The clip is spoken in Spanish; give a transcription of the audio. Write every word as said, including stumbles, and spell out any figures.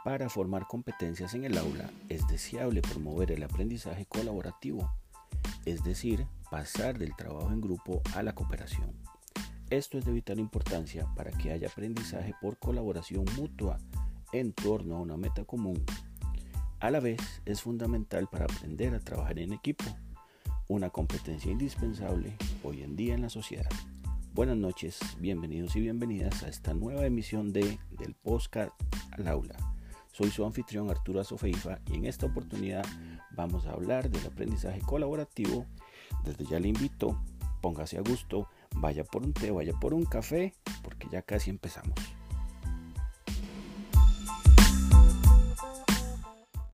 Para formar competencias en el aula es deseable promover el aprendizaje colaborativo, es decir, pasar del trabajo en grupo a la cooperación. Esto es de vital importancia para que haya aprendizaje por colaboración mutua en torno a una meta común. A la vez, es fundamental para aprender a trabajar en equipo, una competencia indispensable hoy en día en la sociedad. Buenas noches, bienvenidos y bienvenidas a esta nueva emisión de del podcast al aula. Soy su anfitrión Arturo Azofeifa y en esta oportunidad vamos a hablar del aprendizaje colaborativo. Desde ya le invito, póngase a gusto, vaya por un té, vaya por un café, porque ya casi empezamos.